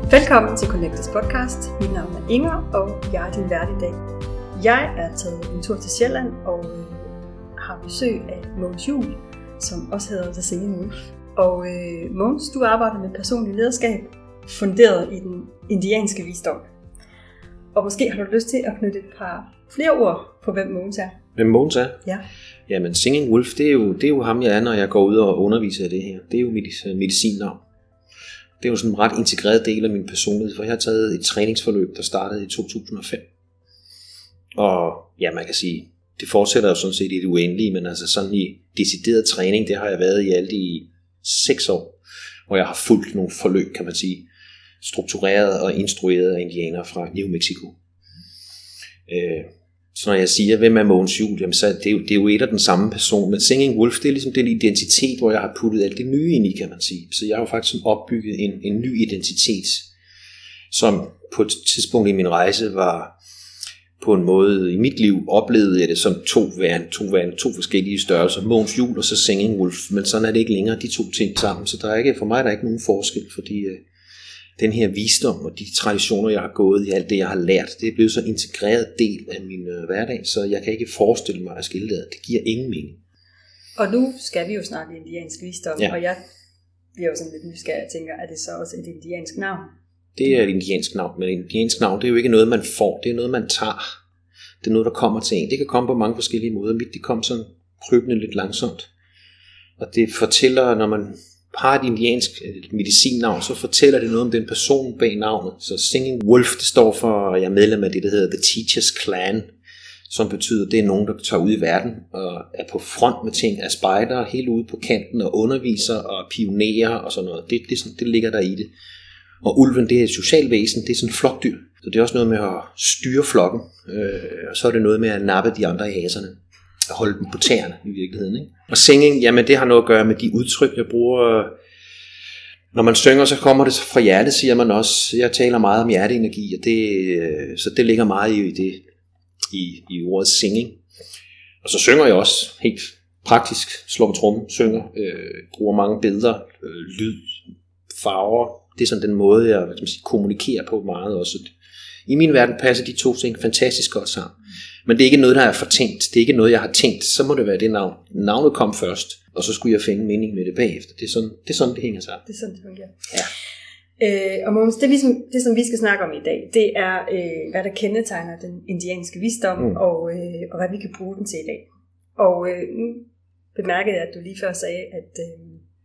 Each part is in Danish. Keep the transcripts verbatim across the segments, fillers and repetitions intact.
Velkommen til Connectors podcast. Mit navn er Inger, og jeg er din vært i dag. Jeg er taget en tur til Sjælland og har besøg af Mogens Juhl, som også hedder The Singing Wolf. Og øh, Mogens, du arbejder med personlig lederskab, funderet i den indianske visdom. Og måske har du lyst til at knytte et par flere ord på, hvem Mogens er. Hvem Mogens er? Ja. Jamen, Singing Wolf, det er, jo, det er jo ham, jeg er, når jeg går ud og underviser af det her. Det er jo mit medicinnavn. Det er jo sådan en ret integreret del af min personlighed, for jeg har taget et træningsforløb, der startede i to tusind og fem. Og ja, man kan sige, det fortsætter jo sådan set i det uendelige, men altså sådan i decideret træning, det har jeg været i alt i seks år, hvor jeg har fulgt nogle forløb, kan man sige, struktureret og instrueret af indianere fra New Mexico. Øh, så når jeg siger, hvem er Mogens Juhl, jamen så er det, jo, det er jo et af den samme person, men Singing Wolf, det er ligesom den identitet, hvor jeg har puttet alt det nye ind i, kan man sige. Så jeg har jo faktisk opbygget en, en ny identitet, som på et tidspunkt i min rejse var på en måde, i mit liv oplevede jeg det som to værende, to, værende, to forskellige størrelser, Mogens Juhl og så Singing Wolf, men sådan er det ikke længere, de to ting sammen, så der er ikke, for mig er der ikke nogen forskel, fordi øh, den her visdom og de traditioner, jeg har gået i, alt det, jeg har lært, det er blevet så integreret del af min øh, hverdag, så jeg kan ikke forestille mig at skille det. Det giver ingen mening. Og nu skal vi jo snakke indiansk visdom, ja. Og jeg bliver jo sådan lidt nysgerrig og tænker, er det så også et indiansk navn? Det er et indiansk navn, men et indiansk navn, det er jo ikke noget, man får, det er noget, man tager. Det er noget, der kommer til en. Det kan komme på mange forskellige måder. Mit, det kom sådan krybende lidt langsomt. Og det fortæller, når man har et indiansk medicinnavn, så fortæller det noget om den person bag navnet. Så Singing Wolf, det står for, at jeg er medlem af det, der hedder The Teachers Clan, som betyder, at det er nogen, der tager ud i verden og er på front med ting, er spejdere helt ude på kanten og underviser og pionerer og sådan noget. Det, det, det ligger der i det. Og ulven, det er et socialt væsen, det er sådan et flokdyr. Så det er også noget med at styre flokken, øh, og så er det noget med at nappe de andre i haserne. At holde dem på tæerne i virkeligheden. Ikke? Og singing, jamen det har noget at gøre med de udtryk, jeg bruger. Når man synger, så kommer det fra hjertet, siger man også. Jeg taler meget om hjerteenergi, og det, så det ligger meget i det, i, i ordet singing. Og så synger jeg også helt praktisk, slår på trommen, synger, øh, bruger mange billeder, øh, lyd, farver. Det er sådan den måde, jeg, hvad skal man sige, kommunikerer på meget også. I min verden passer de to ting fantastisk godt sammen. Men det er ikke noget, der er fortænkt. Det er ikke noget, jeg har tænkt. Så må det være det navn. Navnet kom først, og så skulle jeg finde mening med det bagefter. Det er sådan, det, er sådan, det hænger sammen. Det er sådan, det fungerer. Ja. Øh, og Mogens, det, vi, det, som vi skal snakke om i dag, det er, øh, hvad der kendetegner den indianske visdom, mm. og, øh, og hvad vi kan bruge den til i dag. Og øh, nu bemærkede jeg, at du lige før sagde, at, øh,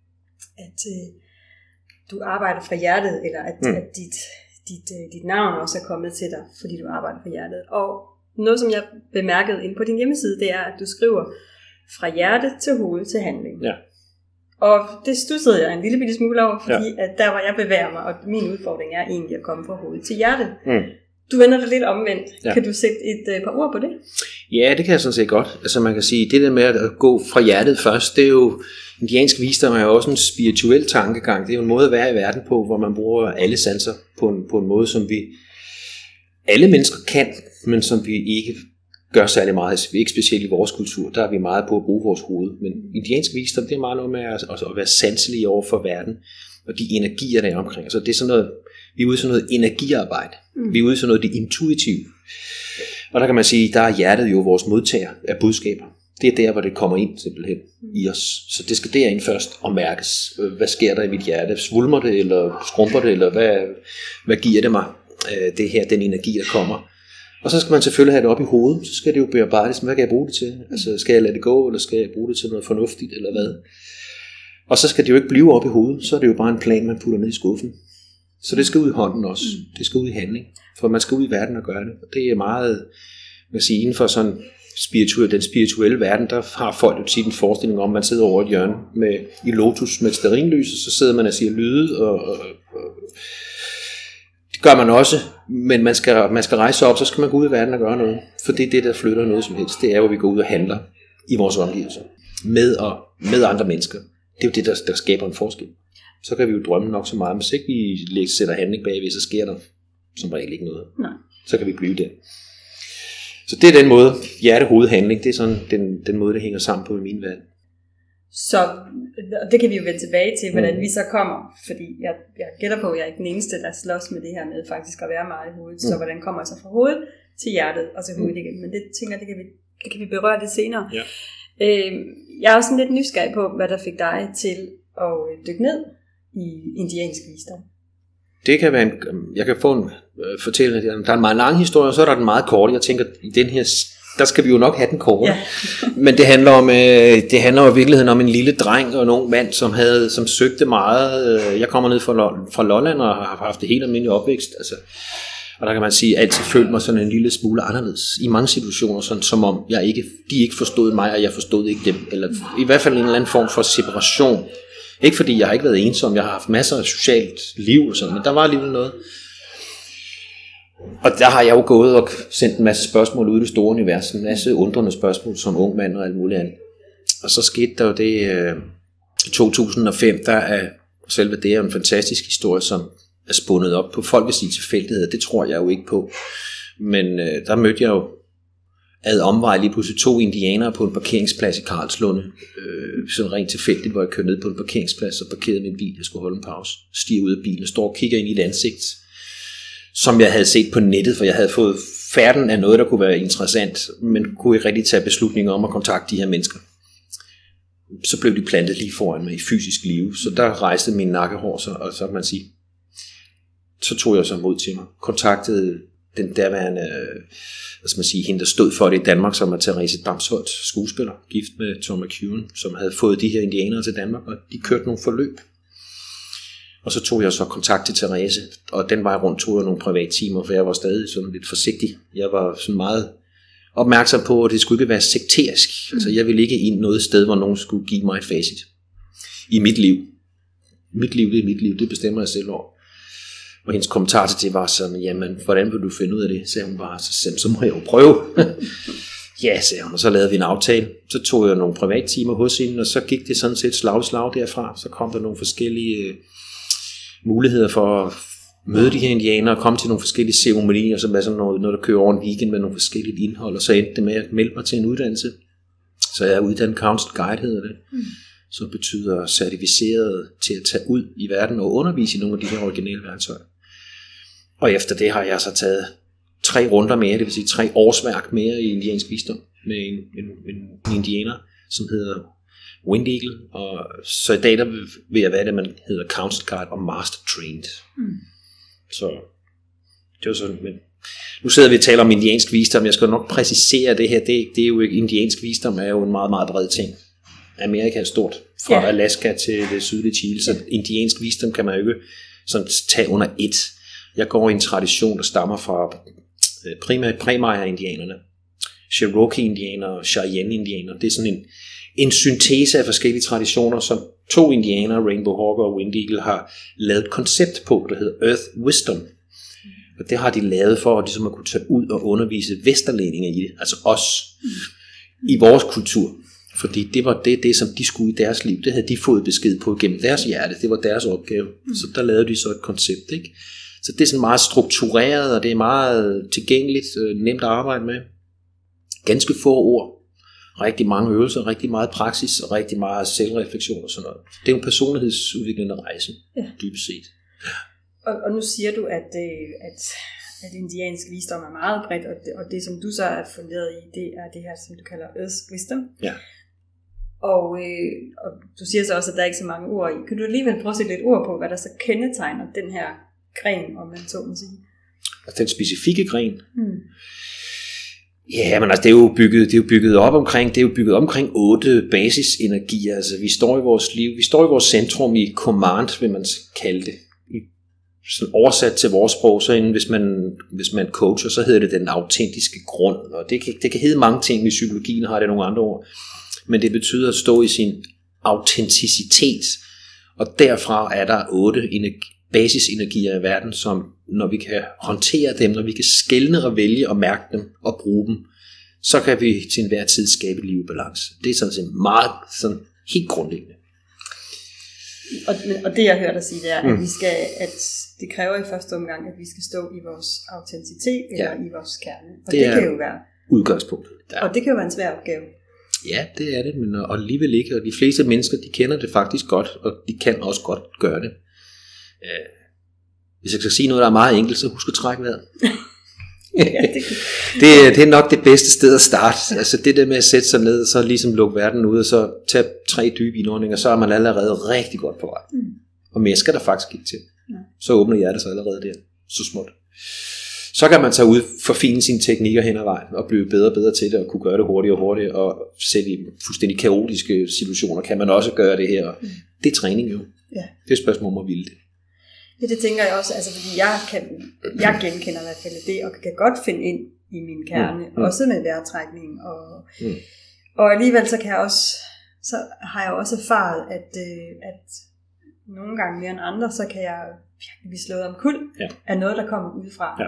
at øh, du arbejder fra hjertet, eller at, mm. at dit, dit, øh, dit navn også er kommet til dig, fordi du arbejder fra hjertet. Og noget, som jeg bemærkede inde på din hjemmeside, det er, at du skriver fra hjerte til hoved til handling. Ja. Og det studsede jeg en lille bitte smule over, fordi ja. at der, hvor jeg bevæger mig, og min udfordring er egentlig at komme fra hoved til hjerte. Mm. Du vender det lidt omvendt. Ja. Kan du sætte et uh, par ord på det? Ja, det kan jeg sådan set godt. Altså man kan sige, det der med at gå fra hjertet først, det er jo, indiansk visdom er jo også en spirituel tankegang. Det er jo en måde at være i verden på, hvor man bruger alle sanser på en, på en måde, som vi alle mennesker kan, men som vi ikke gør særlig meget. Altså, ikke specielt i vores kultur, der er vi meget på at bruge vores hoved. Men indiansk visdom, det er meget noget med at, at være sanselige over for verden, og de energier, der er omkring. Så det er sådan noget, vi er ude i sådan noget energiarbejde. Mm. Vi er ude i sådan noget det intuitive. Og der kan man sige, der er hjertet jo vores modtager af budskaber. Det er der, hvor det kommer ind simpelthen mm. i os. Så det skal derind først og mærkes. Hvad sker der i mit hjerte? Svulmer det, eller skrumper det, eller hvad, hvad giver det mig? Det her, den energi, der kommer. Og så skal man selvfølgelig have det op i hovedet. Så skal det jo bearbejdes. Hvad kan jeg bruge det til? Altså, skal jeg lade det gå, eller skal jeg bruge det til noget fornuftigt, eller hvad? Og så skal det jo ikke blive op i hovedet. Så er det jo bare en plan, man putter ned i skuffen. Så det skal ud i hånden også. Det skal ud i handling. For man skal ud i verden og gøre det. Og det er meget, man sige, inden for sådan spirituel, den spirituelle verden, der har folk jo tit en forestilling om, at man sidder over et hjørne med, i lotus med et stearinlys, og så sidder man og siger lyde, og, og, og det gør man også, men man skal, man skal rejse op, så skal man gå ud i verden og gøre noget. For det er det, der flytter noget som helst. Det er jo, at vi går ud og handler i vores omgivelser. Med, og, med andre mennesker. Det er jo det, der, der skaber en forskel. Så kan vi jo drømme nok så meget, men hvis ikke vi sætter handling bagved, så sker der som regel ikke noget. Nej. Så kan vi blive der. Så det er den måde, hjerte-hoved-handling, det er sådan den, den måde, det hænger sammen på i min verden. Så og det kan vi jo vende tilbage til, hvordan mm. vi så kommer, fordi jeg, jeg gætter på, at jeg er ikke den eneste, der slås med det her med faktisk at være meget i hovedet, mm. så hvordan kommer jeg så fra hovedet til hjertet og til hovedet igen, men det tænker det kan vi, det kan vi berøre det senere. Ja. Øh, jeg er også sådan lidt nysgerrig på, hvad der fik dig til at dykke ned i indiansk visdom. Det kan være en, jeg kan få en øh, fortælle, der er en meget lang historie, og så er der den meget kort. Jeg tænker, i den her, der skal vi jo nok have den kort. Ja. Men det handler om, øh, det handler jo i virkeligheden om en lille dreng og en ung mand, som havde, som søgte meget. Øh, jeg kommer ned fra, fra Lolland og har haft det helt almindeligt opvækst. Altså, og der kan man sige, at jeg altid følte mig sådan en lille smule anderledes. I mange situationer, sådan, som om jeg ikke, de ikke forstod mig, og jeg forstod ikke dem. Eller i hvert fald en eller anden form for separation. Ikke fordi jeg har ikke været ensom, jeg har haft masser af socialt liv og sådan, men der var alligevel noget. Og der har jeg jo gået og sendt en masse spørgsmål ud i det store univers, en masse undrende spørgsmål som ung mand og alt muligt andet. Og så skete der jo det øh, i to tusind og fem, der er selve det er en fantastisk historie, som er spundet op på folk vil sige tilfældigheder, det tror jeg jo ikke på. Men øh, der mødte jeg jo ad omvej lige pludselig to indianere på en parkeringsplads i Karlslunde. Øh, sådan rent tilfældigt, hvor jeg kørte ned på en parkeringsplads og parkerede min bil. Jeg skulle holde en pause, stiger ud af bilen og står og kigger ind i et ansigt, som jeg havde set på nettet, for jeg havde fået færden af noget, der kunne være interessant, men kunne ikke rigtig tage beslutninger om at kontakte de her mennesker. Så blev de plantet lige foran mig i fysisk liv, så der rejste min nakkehår, så, og så kan man sige, så tog jeg så mod til mig, kontaktede den derværende, hvad skal man sige, hende der stod for det i Danmark, som er Therese Damsholt, skuespiller, gift med Tom McEwen, som havde fået de her indianere til Danmark, og de kørte nogle forløb. Og så tog jeg så kontakt til Therese, og den vej rundt tog jeg nogle private timer, for jeg var stadig sådan lidt forsigtig. Jeg var sådan meget opmærksom på, at det skulle ikke være sekterisk. Altså jeg ville ikke ind noget sted, hvor nogen skulle give mig et facit. I mit liv. Mit liv, det er mit liv, det bestemmer jeg selv over. Og hendes kommentar til det var sådan, jamen, hvordan vil du finde ud af det? Sagde hun bare, så, så må jeg jo prøve. Ja, sagde hun, og så lavede vi en aftale. Så tog jeg nogle private timer hos hende, og så gik det sådan set slag slag derfra. Så kom der nogle forskellige øh, muligheder for at møde de her indianere, og komme til nogle forskellige ceremonier, som er sådan noget, noget, der kører over en weekend med nogle forskellige indhold, og så endte det med at melde mig til en uddannelse. Så jeg er uddannet Council Guide, hedder det. Mm. Som betyder certificeret til at tage ud i verden og undervise i nogle af de her originale værktøjer. Og efter det har jeg så taget tre runder mere, det vil sige tre årsværk mere i indiansk visdom med en, en, en, en indianer, som hedder Wind Eagle. Og så i dag der vil jeg være det, man hedder Council Guide og Master Trained. Mm. Så det var sådan, men nu sidder vi og taler om indiansk visdom. Jeg skal nok præcisere det her. Det, det er jo indiansk visdom er jo en meget, meget bred ting. Amerika er stort, fra yeah. Alaska til det sydlige Chile, så indiansk visdom kan man jo ikke sådan tage under et. Jeg går i en tradition, der stammer fra primært Præmaya-indianerne, Cherokee-indianer og Cheyenne-indianer. Det er sådan en, en syntese af forskellige traditioner, som to indianere, Rainbow Hawk og Wind Eagle, har lavet et koncept på, der hedder Earth Wisdom. Og det har de lavet for, at de så kunne tage ud og undervise vesterlændinge i det, altså os, mm. i vores kultur. Fordi det var det, det, som de skulle i deres liv. Det havde de fået besked på gennem deres hjerte. Det var deres opgave. Mm. Så der lavede de så et koncept, ikke? Så det er sådan meget struktureret, og det er meget tilgængeligt, nemt at arbejde med. Ganske få ord. Rigtig mange øvelser, rigtig meget praksis, og rigtig meget selvreflektion og sådan noget. Det er en personlighedsudviklende rejse, ja. Dybest set. Og, og nu siger du, at, at, at indiansk visdom er meget bredt, og det, og det, som du så er funderet i, det er det her, som du kalder Earth Wisdom. Ja. Og, øh, og du siger så også, at der er ikke så mange ord i. Kan du alligevel prøve at sætte lidt ord på, hvad der så kendetegner den her gren, om man så må sige? Altså den specifikke gren? Hmm. Ja, men altså det er jo bygget, det er jo bygget op omkring, det er jo bygget omkring otte basisenergier. Altså vi står i vores liv, vi står i vores centrum i command, vil man kalde det. Sådan oversat til vores sprog, så inden, hvis man hvis man coacher, så hedder det den autentiske grund. Og det kan det kan hedde mange ting. I psykologien har det nogle andre ord. Men det betyder at stå i sin autenticitet. Og derfra er der otte energi, basisenergier i verden, som når vi kan håndtere dem, når vi kan skelne og vælge og mærke dem og bruge dem, så kan vi til enhver tid skabe liv i balance. Det er sådan set meget sådan helt grundlæggende. Og, og det jeg hører dig sige, det er, mm. at, vi skal, at det kræver i første omgang, at vi skal stå i vores autenticitet eller ja. i vores kerne. Og det, det kan jo være udgangspunktet. Ja. Og det kan jo være en svær opgave. Ja, det er det, men og alligevel ikke. Og de fleste mennesker, de kender det faktisk godt, og de kan også godt gøre det. Øh, hvis jeg skal sige noget, der er meget enkelt, så husk at trække vejret. det, det er nok det bedste sted at starte. Altså det der med at sætte sig ned, og så ligesom lukke verden ud, og så tage tre dybe indåndinger, så er man allerede rigtig godt på vej. Mm. Og mere skal der faktisk ikke til. Ja. Så åbner hjertet sig allerede der, så småt. Så kan man tage ud, forfine sine teknikker hen ad vejen, og blive bedre og bedre til det, og kunne gøre det hurtigere og hurtigere, og selv i fuldstændig kaotiske situationer kan man også gøre det her. Mm. Det er træning jo. Ja. Det er et spørgsmål om at ville det. Ja, det tænker jeg også, altså fordi jeg, kan, jeg genkender i hvert fald det, og kan godt finde ind i min kerne, mm. også med vejrtrækning, og, mm. og alligevel så kan jeg også, så har jeg også erfaret, at, at nogle gange mere end andre, så kan jeg virkelig blive slået om kul ja. af noget, der kommer udefra. Ja.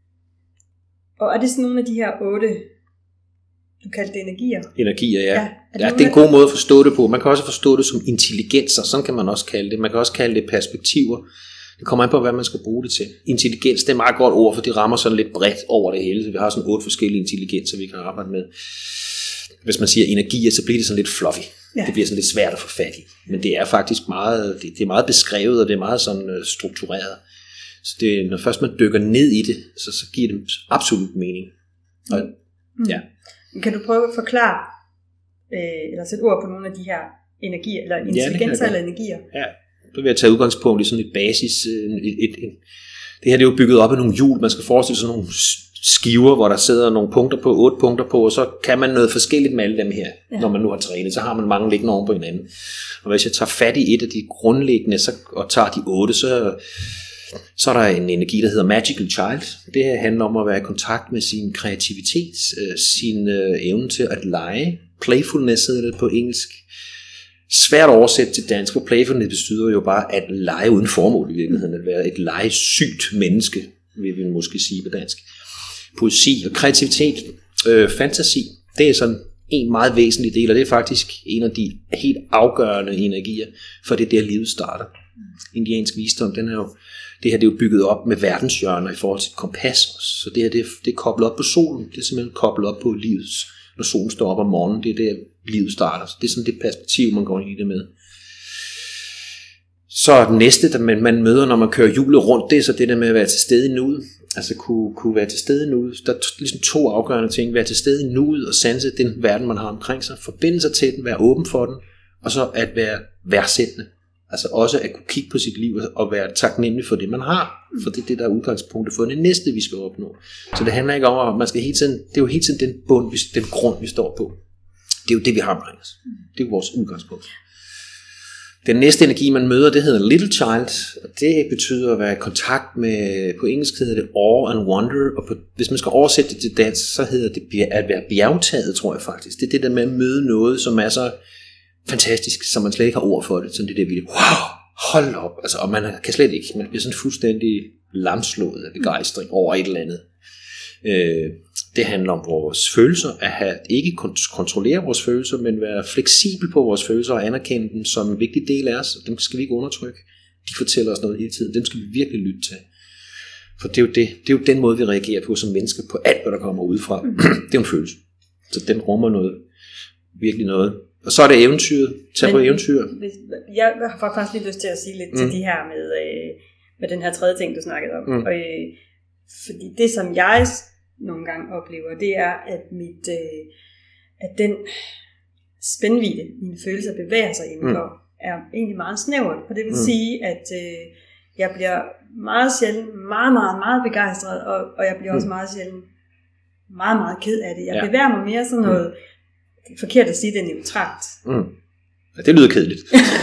Og er det sådan nogle af de her otte, du kaldte det energier? Energier, ja. ja, det, ja det er en god måde at forstå det på. Man kan også forstå det som intelligenser, sådan kan man også kalde det. Man kan også kalde det perspektiver. Det kommer an på, hvad man skal bruge det til. Intelligens, det er et meget godt ord, for det rammer sådan lidt bredt over det hele. Så vi har sådan otte forskellige intelligenser, vi kan arbejde med. Hvis man siger energier, så bliver det sådan lidt fluffy. Ja. Det bliver sådan lidt svært at få fat i. Men det er faktisk meget, det, det er meget beskrevet, og det er meget sådan struktureret. Så det, når først man dykker ned i det, så, så giver det absolut mening. Og, mm. ja. Kan du prøve at forklare, øh, eller sætte ord på nogle af de her energier, eller intelligenser ja, eller energier? Ja, så vil jeg tage udgangspunkt i sådan et basis. Et, et, et, det her det er jo bygget op af nogle hjul, man skal forestille sig sådan nogle skiver, hvor der sidder nogle punkter på, otte punkter på, og så kan man noget forskelligt med alle dem her, ja. når man nu har trænet. Så har man mange liggende oven på hinanden. Og hvis jeg tager fat i et af de grundlæggende, så, og tager de otte, så... Så er der en energi, der hedder Magical Child. Det handler om at være i kontakt med sin kreativitet, sin evne til at lege. Playfulness hedder det på engelsk. Svært at oversætte til dansk, for playfulness betyder jo bare at lege uden formål i virkeligheden. At være et legesygt menneske, vil vi måske sige på dansk. Poesi og kreativitet, øh, fantasi, det er sådan en meget væsentlig del, og det er faktisk en af de helt afgørende energier, for det er der livet starter. Indiansk visdom, den er jo det her det er jo bygget op med verdenshjørner i forhold til et kompas også. Så det her det er, det er koblet op på solen. Det er simpelthen koblet op på livet. Når solen står op om morgenen, det er der livet starter. Så det er sådan det perspektiv, man går ind i det med. Så det næste, der man, man møder, når man kører hjulet rundt, det er så det der med at være til stede i nuet. Altså kunne, kunne være til stede i nuet. Der er ligesom to afgørende ting. Være til stede i nuet og sanse den verden, man har omkring sig. Forbinde sig til den, være åben for den. Og så at være værdsættende. Altså også at kunne kigge på sit liv og være taknemmelig for det, man har. For det er det, der er udgangspunktet for det næste, vi skal opnå. Så det handler ikke om, at man skal hele tiden, det er jo hele tiden den bund, den grund, vi står på. Det er jo det, vi har omkring os. Det er jo vores udgangspunkt. Den næste energi, man møder, det hedder Little Child. Og det betyder at være i kontakt med, på engelsk hedder det awe and wonder. Og på, hvis man skal oversætte det til dansk, så hedder det at være bjergtaget, tror jeg faktisk. Det er det der med at møde noget, som er så fantastisk, så man slet ikke har ord for det. Sådan det der vildt, wow, hold op. Altså, og man kan slet ikke, man bliver sådan fuldstændig lamslået af begejstring over et eller andet. Øh, det handler om vores følelser, at have, ikke kont- kontrollere vores følelser, men være fleksibel på vores følelser og anerkende dem som en vigtig del af os. Dem skal vi ikke undertrykke. De fortæller os noget hele tiden. Dem skal vi virkelig lytte til. For det er jo, det, det er jo den måde, vi reagerer på som mennesker, på alt, hvad der kommer udefra. Det er en følelse. Så den rummer noget, virkelig noget. Og så er det eventyret. Tag på eventyr. Jeg har faktisk lige lyst til at sige lidt mm. til de her med, øh, med den her tredje ting, du snakkede om. Mm. Og, øh, fordi det, som jeg nogle gange oplever, det er, at, mit, øh, at den spændvidde, mine følelser bevæger sig indenfor, mm. er egentlig meget snævert. Og det vil mm. sige, at øh, jeg bliver meget sjældent meget, meget, meget begejstret, og, og jeg bliver også meget sjældent meget, meget ked af det. Jeg ja. bevæger mig mere sådan noget, mm. det er forkert at sige, det er neutralt. Mm. Ja, det lyder kedeligt.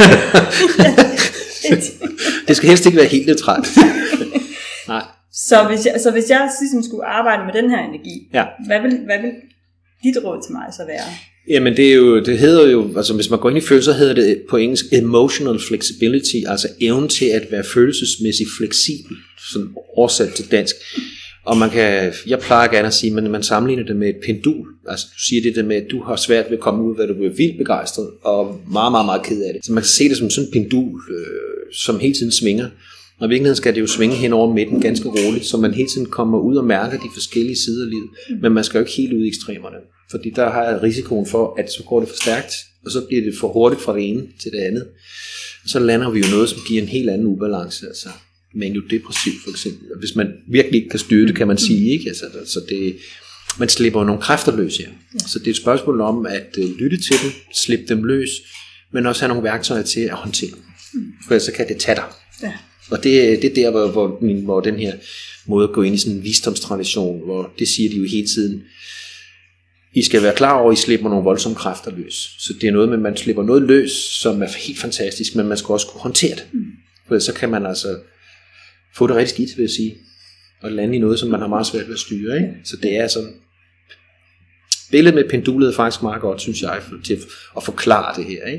Det skal helst ikke være helt neutralt. Nej. Så hvis jeg, så hvis jeg ligesom skulle arbejde med den her energi, ja. hvad, vil, hvad vil dit råd til mig så være? Jamen det er jo, det hedder jo, altså hvis man går ind i følelser, hedder det på engelsk emotional flexibility, altså evnen til at være følelsesmæssigt fleksibel, sådan oversat til dansk. Og man kan, jeg plejer gerne at sige, at man sammenligner det med et pendul. Altså du siger det der med, at du har svært ved at komme ud, hvad du bliver vildt begejstret, og meget, meget, meget ked af det. Så man kan se det som sådan et pendul, øh, som hele tiden svinger. Og i virkeligheden skal det jo svinge hen over midten ganske roligt, så man hele tiden kommer ud og mærker de forskellige sider af livet. Men man skal jo ikke helt ud i ekstremerne, fordi der har jeg risikoen for, at så går det for stærkt, og så bliver det for hurtigt fra det ene til det andet. Og så lander vi jo noget, som giver en helt anden ubalance, altså maniodepressiv for eksempel. Hvis man virkelig ikke kan styre det, kan man sige, ikke? Altså, så det, man slipper nogle kræfter løs her. Så det er et spørgsmål om at lytte til dem, slippe dem løs, men også have nogle værktøjer til at håndtere dem. For så kan det tage dig. Ja. Og det, det er der, hvor, hvor, min, hvor den her måde at gå ind i sådan en visdomstradition, hvor det siger de jo hele tiden, I skal være klar over, at I slipper nogle voldsomme kræfter løs. Så det er noget med, at man slipper noget løs, som er helt fantastisk, men man skal også kunne håndtere det. For så kan man altså få det rigtig skidt, vil jeg sige, og lande i noget, som man har meget svært ved at styre. Ikke? Så det er sådan, billedet med pendulet er faktisk meget godt, synes jeg, for, til at forklare det her. Ikke?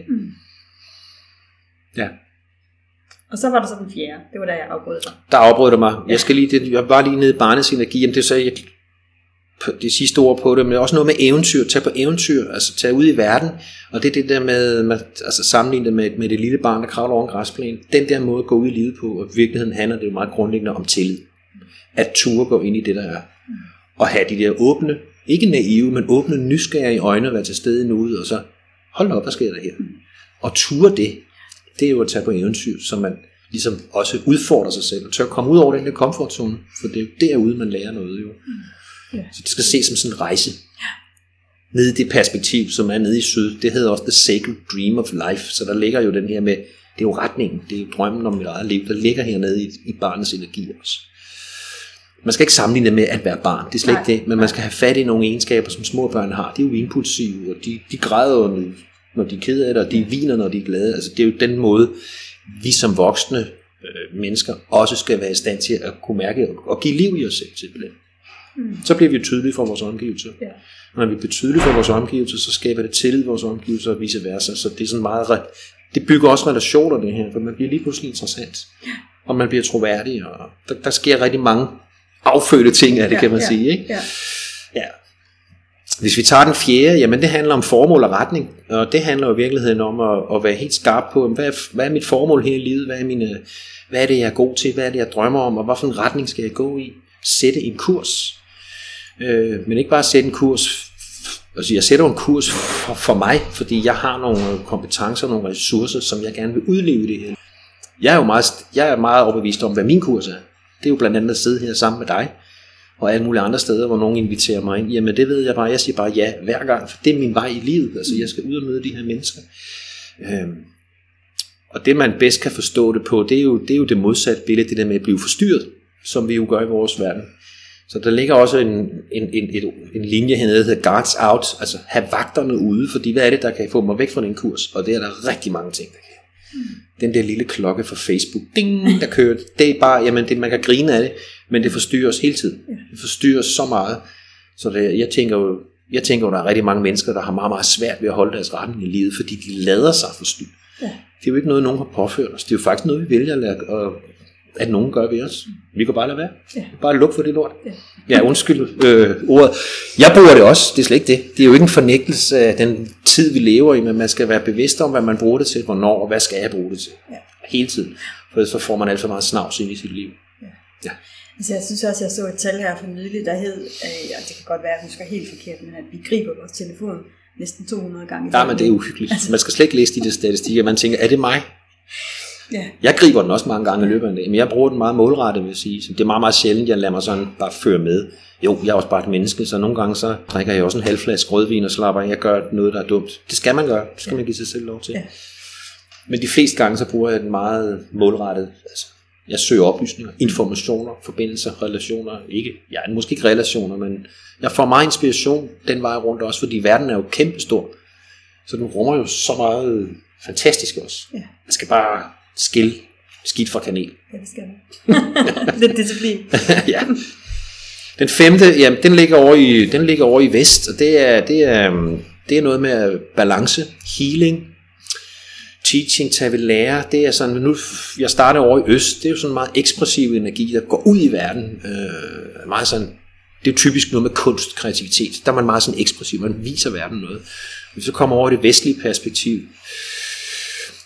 Ja. Og så var der så den fjerde. Det var da jeg afbrød dig. Der afbrød det mig. Jeg skal lige, det, jeg var lige nede i barnets energi. Jamen det sagde jeg det sidste ord på det, men også noget med eventyr. Tag på eventyr, altså tage ud i verden. Og det er det der med, med altså sammenligne det med, med det lille barn, der kravler over en græsplæne. Den der måde at gå ud i livet på, og i virkeligheden handler det jo meget grundlæggende om tillid. At ture gå ind i det, der er. Og have de der åbne, ikke naive, men åbne nysgerrige øjne, være til stede i nuet, og så hold op, hvad sker der her? Og ture det, det er jo at tage på eventyr, så man ligesom også udfordrer sig selv, og tør at komme ud over den der komfortzone, for det er jo derude, man lærer noget jo. Mm. Yeah. Så det skal ses som sådan en rejse. Yeah. Nede i det perspektiv, som er nede i syd, det hedder også The Sacred Dream of Life, så der ligger jo den her med, det er jo retningen, det er jo drømmen om mit eget liv, der ligger hernede i, i barnets energi også. Man skal ikke sammenligne det med at være barn, det er slet Nej. ikke det, men man skal have fat i nogle egenskaber, som små børn har. De er jo impulsive, og de, de græder, når de er kede af det, og de viner, når de er glade. Altså, det er jo den måde, vi som voksne øh, mennesker også skal være i stand til at kunne mærke og, og give liv i os selv til det. Mm. Så bliver vi tydelige for vores omgivelser. Yeah. Når vi bliver tydelige for vores omgivelser, så skaber det tillid i vores omgivelser og vice versa. Så det er sådan meget, det bygger også relationer det her, for man bliver lige pludselig interessant. Yeah. Og man bliver troværdig, og der, der sker rigtig mange affødte ting af det, yeah, kan man yeah, sige. Ikke? Yeah. Ja. Hvis vi tager den fjerde, jamen det handler om formål og retning, og det handler jo i virkeligheden om at, at være helt skarp på, hvad er, hvad er mit formål her i livet, hvad er, mine, hvad er det jeg er god til, hvad er det jeg drømmer om, og hvilken retning skal jeg gå i, sætte en kurs, øh, men ikke bare sætte en kurs, altså jeg sætter en kurs for, for mig, fordi jeg har nogle kompetencer, nogle ressourcer, som jeg gerne vil udleve i det her. Jeg er jo meget, jeg er meget overbevist om, hvad min kurs er. Det er jo blandt andet at sidde her sammen med dig, og alle mulige andre steder, hvor nogen inviterer mig ind. Jamen det ved jeg bare, jeg siger bare ja hver gang, for det er min vej i livet. Altså jeg skal ud og møde de her mennesker. Øhm, og det man bedst kan forstå det på, det er, jo, det er jo det modsatte billede, det der med at blive forstyrret, som vi jo gør i vores verden. Så der ligger også en, en, en, en, en linje hernede, der hedder guards out, altså have vagterne ude, fordi hvad er det, der kan få mig væk fra den kurs? Og det er der rigtig mange ting, der kan. Den der lille klokke fra Facebook, ding, der kører, det er bare, jamen det, man kan grine af det, men det forstyrrer os hele tiden. Det forstyrrer os så meget, så det, jeg tænker jo, jeg tænker jo, der er rigtig mange mennesker, der har meget, meget svært ved at holde deres retning i livet, fordi de lader sig forstyrre. Ja. Det er jo ikke noget, nogen har påført os. Det er jo faktisk noget, vi vælger at, lade, at nogen gør ved os. Vi kan bare lade være. Ja. Bare lukke for det lort. Ja, ja undskyld øh, ordet. Jeg bruger det også, det er slet ikke det. Det er jo ikke en fornægtelse af den tid, vi lever i, men man skal være bevidst om, hvad man bruger det til, hvornår, og hvad skal jeg bruge det til. Ja. Hele tiden. For så får man alt for meget snavs ind i sit liv. Ja. Ja. Altså, jeg synes også, jeg så et tal her for nylig, der hed, øh, og det kan godt være, at jeg husker helt forkert, men at vi griber vores telefon næsten to hundrede gange. Ja, men det er uhyggeligt. Altså. Man skal slet ikke læse de der statistikker. Man tænker, er det mig? Ja. Jeg griber den også mange gange i løbet af en dag, men jeg bruger den meget målrettet, vil jeg sige. Så det er meget, meget sjældent, jeg lader mig sådan bare føre med. Jo, jeg er også bare et menneske, så nogle gange så drikker jeg også en halv flaske rødvin og slapper af. Jeg gør noget, der er dumt. Det skal man gøre. Det skal ja. man give sig selv lov til. Ja. Men de fleste gange, så bruger jeg den meget målrettet. Altså, jeg søger oplysninger, informationer, forbindelser, relationer. Ikke, ja, måske ikke relationer, men jeg får meget inspiration den vej rundt også, fordi verden er jo kæmpestor. Så den rummer jo så meget fantastisk også. Ja. Man skal bare skille skidt fra kanel. Ja, det skal man. Lidt disciplin. Ja. Den femte, jamen, den ligger over i, den ligger over i vest, og det er, det er, det er noget med balance, healing, teaching, tage ved lære. Det er sådan, nu jeg starter over i øst, det er jo sådan en meget ekspressiv energi, der går ud i verden. Øh, meget sådan, det er jo typisk noget med kunst, kreativitet. Der er man meget sådan ekspressiv, man viser verden noget. Hvis vi så kommer over i det vestlige perspektiv,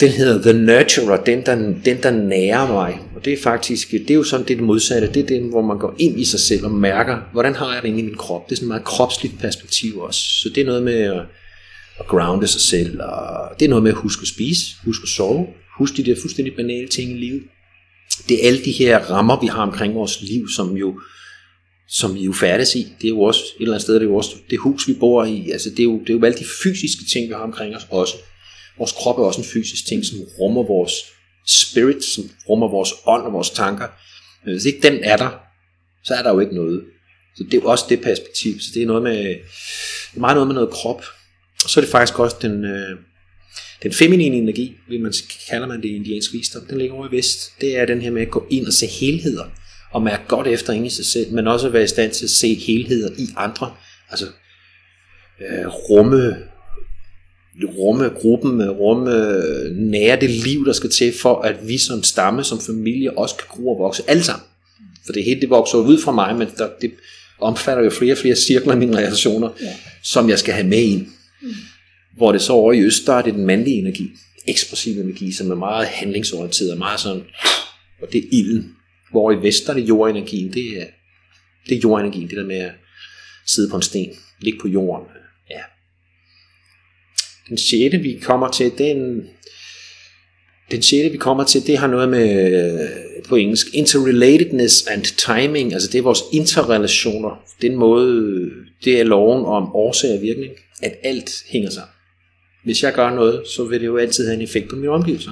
Den hedder The Nurturer, den der, den der nærer mig. Og det er faktisk, det er jo sådan det, det modsatte. Det er den, hvor man går ind i sig selv og mærker, hvordan har jeg det inde i min krop. Det er sådan et meget kropsligt perspektiv også. Så det er noget med at, at grounde sig selv. Og det er noget med at huske at spise, huske at sove, huske de der fuldstændig banale ting i livet. Det er alle de her rammer, vi har omkring vores liv, som jo som vi jo færdes i. Det er jo også et eller andet sted, det er jo også det hus, vi bor i. Altså, det er jo, det er jo alle de fysiske ting, vi har omkring os også. Vores krop er også en fysisk ting, som rummer vores spirit, som rummer vores ånd og vores tanker. Men hvis ikke den er der, så er der jo ikke noget. Så det er jo også det perspektiv. Så det er noget med, det er meget noget med noget krop. Og så er det faktisk også den, den feminine energi, vil man kalder man det i indiansk visdom. Den ligger over i vest. Det er den her med at gå ind og se helheder. Og mærke godt efter inde i sig selv, men også være i stand til at se helheder i andre. Altså øh, rumme, rumme gruppen, rumme nære det liv, der skal til, for at vi som stamme, som familie, også kan gro og vokse alle sammen. For det hele, det vokser ud fra mig, men der, det omfatter jo flere og flere cirkler i mine relationer, ja. Som jeg skal have med ind. Mm. Hvor det så over i øst, der er det den mandlige energi, ekspressiv energi, som er meget handlingsorienteret, meget sådan, og det er ilden. Hvor i vest, der er det jordenergien, det er, det er jordenergien, det der med at sidde på en sten, ligge på jorden. Ja. Den sjette, vi kommer til, den, den sjette, vi kommer til, det har noget med, på engelsk, interrelatedness and timing, altså det er vores interrelationer. Den måde, det er loven om årsag og virkning, at alt hænger sammen. Hvis jeg gør noget, så vil det jo altid have en effekt på mine omgivelser.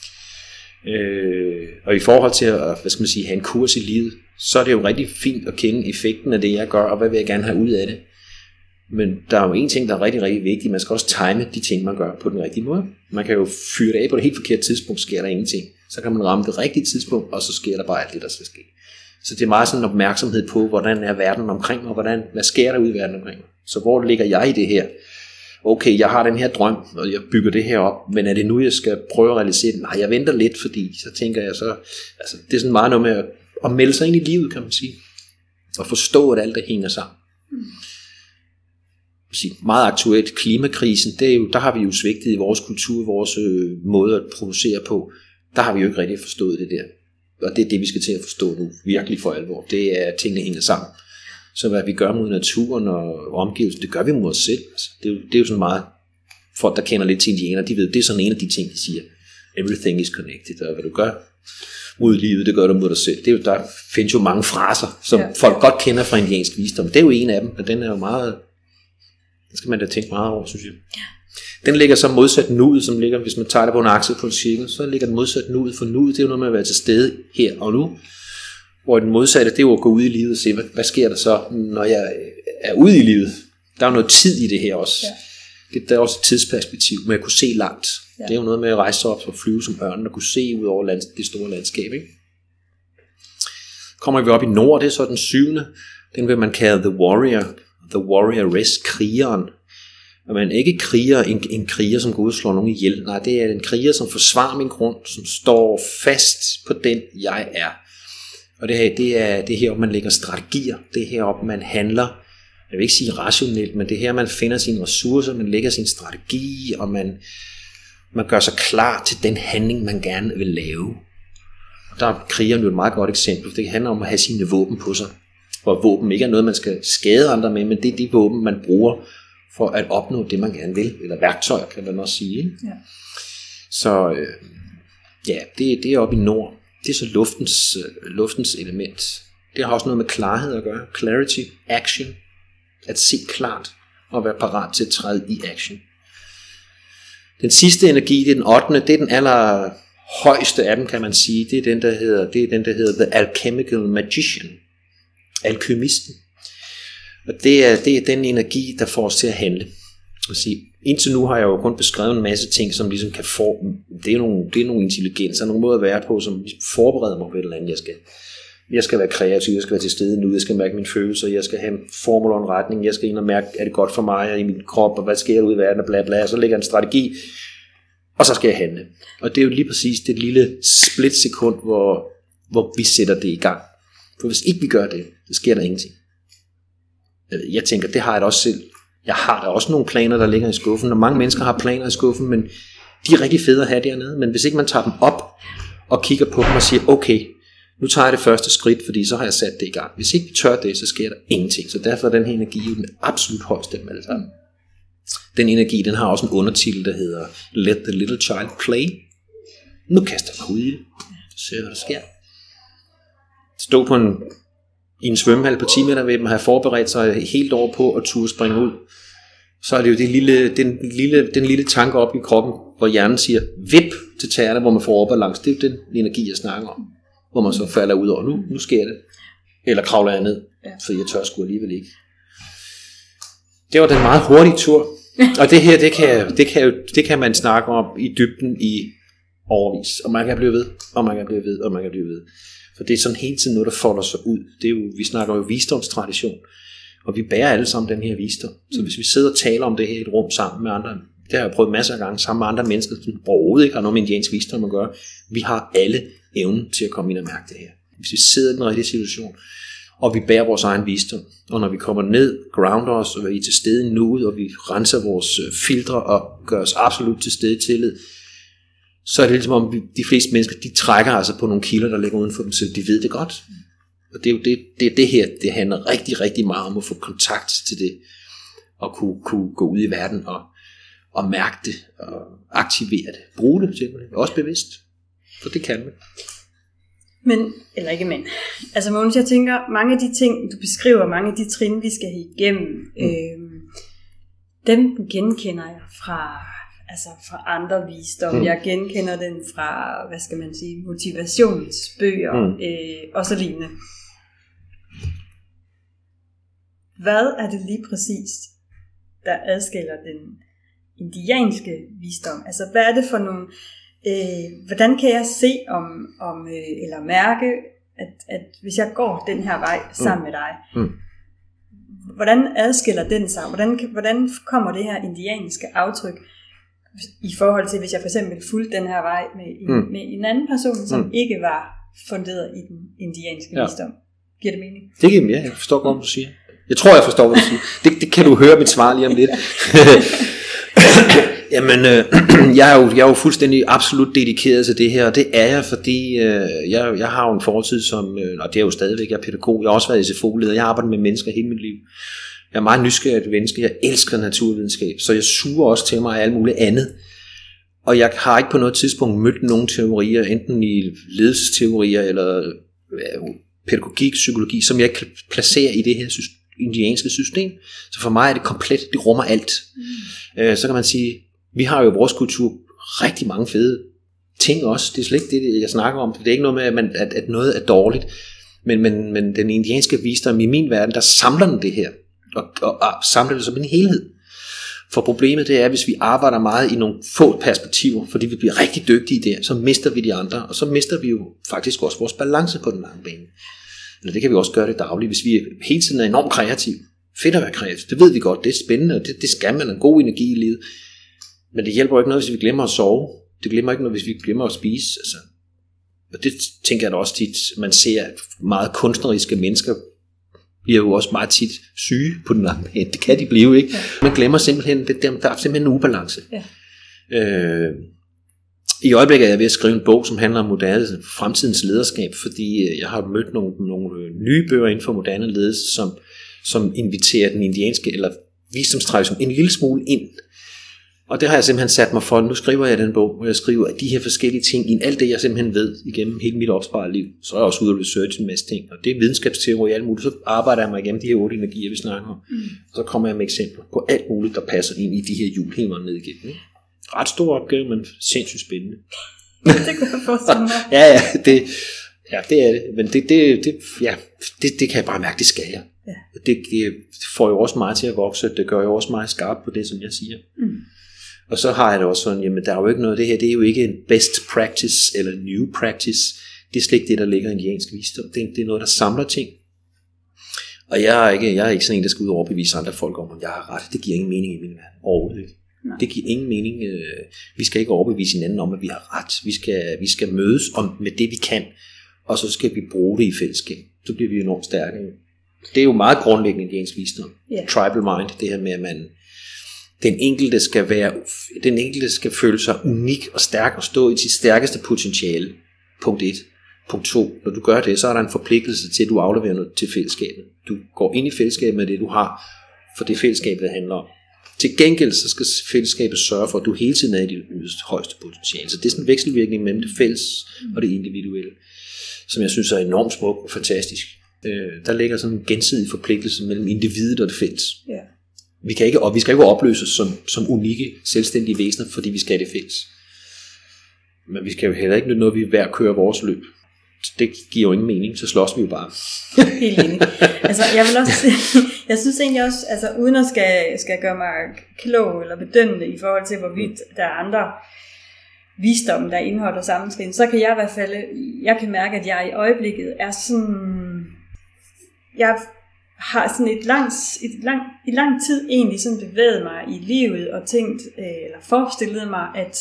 Øh, og i forhold til at, hvad skal man sige, have en kurs i livet, så er det jo rigtig fint at kende effekten af det jeg gør, og hvad vil jeg gerne have ud af det. Men der er jo en ting, der er rigtig, rigtig vigtig. Man skal også time de ting man gør på den rigtige måde. Man kan jo fyre det af på det helt forkerte tidspunkt, sker der ingenting. Så kan man ramme det rigtige tidspunkt, og så sker der bare alt det der skal ske. Så det er meget sådan en opmærksomhed på, hvordan er verden omkring mig, hvordan, hvad sker der ud i verden omkring mig. Så hvor ligger jeg i det her? Okay, jeg har den her drøm, og jeg bygger det her op, men er det nu, jeg skal prøve at realisere det? Nej, jeg venter lidt, fordi så tænker jeg så, altså det er sådan meget noget med at, at melde sig ind i livet, kan man sige, og forstå, at alt det hænger sammen. Mm. Meget aktuelt, klimakrisen, det er jo, der har vi jo svigtet i vores kultur, vores øh, måde at producere på, der har vi jo ikke rigtig forstået det der, og det er det, vi skal til at forstå nu, virkelig for alvor, det er, at tingene hænger sammen. Så hvad vi gør mod naturen og omgivelsen, det gør vi mod os selv. Altså, det, er jo, det er jo sådan meget, folk der kender lidt til indianer, de ved, det er sådan en af de ting, de siger, everything is connected, og hvad du gør mod livet, det gør du mod dig selv. Det er jo, der findes jo mange fraser, som ja. Folk godt kender fra indiansk visdom. Det er jo en af dem, men den er jo meget, den skal man da tænke meget over, synes jeg. Ja. Den ligger så modsat nuet, som ligger, hvis man tager det på en akse på en cirkel, så ligger den modsat nuet, for nuet, det er jo noget med at være til stede her og nu. Hvor den modsatte, det er jo at gå ud i livet og se, hvad, hvad sker der så, når jeg er ude i livet. Der er jo noget tid i det her også. Ja. Det, der er også et tidsperspektiv med at kunne se langt. Ja. Det er jo noget med at rejse sig op og flyve som ørnen og kunne se ud over land, det store landskab. Ikke? Kommer vi op i nord, det er så den syvende. Den vil man kalde The Warrior. The Warrior Rest, krigeren. Og man ikke kriger en, en kriger, som går ud og slår nogen ihjel. Nej, det er en kriger, som forsvarer min grund, som står fast på den, jeg er. Og det her, det er det her, hvor man lægger strategier. Det her, hvor man handler, jeg vil ikke sige rationelt, men det her, man finder sine ressourcer, man lægger sin strategi, og man, man gør sig klar til den handling, man gerne vil lave. Og der er krigeren jo et meget godt eksempel. Det handler om at have sine våben på sig. Hvor våben ikke er noget, man skal skade andre med, men det er de våben, man bruger for at opnå det, man gerne vil. Eller værktøjer, kan man også sige. Ja. Så øh, ja, det, det er oppe i nord. Det er så luftens, øh, luftens element. Det har også noget med klarhed at gøre. Clarity, action. At se klart og være parat til at træde i action. Den sidste energi, det er den ottende, det er den aller højeste af dem, kan man sige. Det er den, der hedder, det er den, der hedder The Alchemical Magician. Alkymisten. Og det er, det er den energi, der får os til at handle. At sige, indtil nu har jeg jo kun beskrevet en masse ting, som ligesom kan få, det er nogle, det er nogle intelligenser, nogle måder at være på, som forbereder mig på et eller andet, jeg skal. Jeg skal være kreativ, jeg skal være til stede nu, jeg skal mærke mine følelser, jeg skal have en formel og en retning, jeg skal ind og mærke, er det godt for mig og i min krop, og hvad sker der ud i verden, og bla bla, og så lægger jeg en strategi, og så skal jeg handle. Og det er jo lige præcis det lille splitsekund, hvor, hvor vi sætter det i gang. For hvis ikke vi gør det, så sker der ingenting. Jeg tænker, det har jeg da også selv. Jeg har da også nogle planer, der ligger i skuffen, og mange mennesker har planer i skuffen, men De er rigtig fede at have dernede, men hvis ikke man tager dem op og kigger på dem og siger, okay, nu tager jeg det første skridt, fordi så har jeg sat det i gang. Hvis ikke vi tør det, så sker der ingenting. Så derfor er den her energi jo den absolut højeste af alle sammen. Den energi, den har også en undertitel, der hedder Let the little child play. Nu kaster jeg mig ud i det. Så ser jeg, hvad der sker. Stå på en, i en svømmehal på ti meter ved dem, og have forberedt sig helt over på at turde springe ud. Så er det jo det lille, den, lille, den lille tanke op i kroppen, hvor hjernen siger, vip til tæerne, hvor man får overbalance. Det er jo den energi, jeg snakker om. Hvor man så falder ud over, nu, nu sker det. Eller kravler jeg ned, for jeg tør sgu alligevel ikke. Det var den meget hurtige tur. Og det her, det kan, det, kan, det kan man snakke om i dybden i overvis. Og man kan blive ved, og man kan blive ved, og man kan blive ved. For det er sådan hele tiden noget, der folder sig ud. Det er jo, vi snakker jo visdomstradition. Og vi bærer alle sammen den her visdom. Så hvis vi sidder og taler om det her i et rum sammen med andre, det har jeg prøvet masser af gange, sammen med andre mennesker, som overhovedet ikke har noget med indiansk visdom at gøre. Vi har alle evnen til at komme ind og mærke det her. Hvis vi sidder i den rigtige situation, og vi bærer vores egen visdom, og når vi kommer ned, grounder os, og vi er til stede i nuet, og vi renser vores filtre og gør os absolut til stede i tillid, så er det ligesom om de fleste mennesker, de trækker altså på nogle kilder, der ligger uden for dem, så de ved det godt. Og det er jo det, det, det her, det handler rigtig, rigtig meget om at få kontakt til det, og kunne, kunne gå ud i verden og, og mærke det, og aktivere det, bruge det simpelthen, også bevidst, for det kan man. Men, eller ikke men, altså Mogens, jeg tænker, mange af de ting, du beskriver, mange af de trin, vi skal have igennem, mm. øh, dem genkender jeg fra, altså fra andre visdom. Mm. Jeg genkender den fra, hvad skal man sige, motivationsbøger mm. øh, og så lignende. Hvad er det lige præcis, der adskiller den indianske visdom? Altså, hvad er det for nogle... Øh, hvordan kan jeg se om, om øh, eller mærke, at, at hvis jeg går den her vej sammen mm. med dig, mm. hvordan adskiller den sig? Hvordan, hvordan kommer det her indianske aftryk i forhold til, hvis jeg for eksempel fulgte den her vej med, mm. med en anden person, som mm. ikke var funderet i den indianske ja. visdom? Giver det mening? Det giver mig, ja. Jeg forstår godt, hvad du siger. Jeg tror, jeg forstår, hvad du siger. Det, det kan du høre mit svar lige om lidt. Jamen, øh, jeg, er jo, jeg er jo fuldstændig absolut dedikeret til det her, og det er jeg, fordi øh, jeg, jeg har jo en fortid som, øh, og det er jo stadigvæk, jeg er pædagog, jeg har også været i S F O-leder, jeg har arbejdet med mennesker hele mit liv. Jeg er meget nysgerrig menneske, jeg elsker naturvidenskab, så jeg suger også til mig af alt muligt andet. Og jeg har ikke på noget tidspunkt mødt nogen teorier, enten i ledelsesteorier eller øh, pædagogik, psykologi, som jeg kan placere i det her system, indianske system. Så for mig er det komplet, det rummer alt. Mm. Øh, så kan man sige, vi har jo i vores kultur rigtig mange fede ting også. Det er slet ikke det, jeg snakker om. Det er ikke noget med, at, man, at, at noget er dårligt. Men, men, men den indianske visdom i min verden, der samler den det her. Og, og, og samler det som en helhed. For problemet det er, hvis vi arbejder meget i nogle få perspektiver, fordi vi bliver rigtig dygtige der, så mister vi de andre. Og så mister vi jo faktisk også vores balance på den lange bane. Eller det kan vi også gøre det dagligt, hvis vi hele tiden er enormt kreative. Fedt at være kreativ, det ved vi godt, det er spændende, og det, det skal man, en god energi i livet. Men det hjælper jo ikke noget, hvis vi glemmer at sove. Det glemmer ikke noget, hvis vi glemmer at spise. Altså. Og det tænker jeg da også tit, man ser, at meget kunstneriske mennesker bliver jo også meget tit syge på den lange bane. Det kan de blive, ikke? Ja. Man glemmer simpelthen, det, der er simpelthen en ubalance. Ja. Øh, I øjeblikket er jeg ved at skrive en bog, som handler om moderne fremtidens lederskab, fordi jeg har mødt nogle, nogle nye bøger inden for moderne ledelse, som, som inviterer den indianske eller visdomstradition en lille smule ind. Og det har jeg simpelthen sat mig for. Nu skriver jeg den bog, hvor jeg skriver at de her forskellige ting i alt det, jeg simpelthen ved igennem hele mit opsparede liv. Så er jeg også ude og research en masse ting, og det er videnskabsteori og alt muligt. Så arbejder jeg mig igennem de her otte energier, vi snakker om. Mm. Og så kommer jeg med eksempler på alt muligt, der passer ind i de her hjul hele vejen ned igennem. Ikke? Ret stor opgave, men sindssygt spændende. Det kunne jeg forestille mig. ja, ja, det, ja, det er det. Men det, det, det, ja, det, det kan jeg bare mærke, det skal jeg. Ja. Det, det får jo også mig til at vokse. Det gør jo også mig skarp på det, som jeg siger. Mm. Og så har jeg det også sådan, jamen der er jo ikke noget, det her, det er jo ikke en best practice eller new practice. Det er slet ikke det, der ligger i indiansk visdom. Det, det er noget, der samler ting. Og jeg er ikke, jeg er ikke sådan en, der skal ud og overbevise andre folk om, at jeg har ret. Det giver ingen mening i min verden overhovedet ikke. Nej. Det giver ingen mening. Vi skal ikke overbevise hinanden om, at vi har ret. Vi skal, vi skal mødes om, med det, vi kan, og så skal vi bruge det i fællesskab. Så bliver vi enormt stærke. Det er jo meget grundlæggende indiansk visdom. Yeah. Tribal mind, det her med, at man Den enkelte skal være, den enkelte skal føle sig unik og stærk og stå i sit stærkeste potentiale. Punkt et. Punkt to. Når du gør det, så er der en forpligtelse til, at du afleverer noget til fællesskabet. Du går ind i fællesskabet med det, du har, for det fællesskabet handler om. Til gengæld så skal fællesskabet sørge for, at du hele tiden er i dit højeste potentiale. Så det er sådan en vekselvirkning mellem det fælles og det individuelle, som jeg synes er enormt smuk og fantastisk. Der ligger sådan en gensidig forpligtelse mellem individet og det fælles. Ja. Vi kan ikke, og vi skal ikke opløses som, som unikke, selvstændige væsener, fordi vi skal det fælles. Men vi skal jo heller ikke nytte noget, vi er værd at køre vores løb. Det giver jo ingen mening, så slås vi jo bare. Helt enig. Altså, jeg vil også, jeg synes egentlig også, altså uden at skal, skal gøre mig klog eller bedømmende i forhold til, hvorvidt der er andre visdom, der indeholder sammentrin, så kan jeg i hvert fald, jeg kan mærke, at jeg i øjeblikket er sådan, jeg har sådan et langt, et lang, i lang tid egentlig sådan bevæget mig i livet og tænkt, eller forestillet mig, at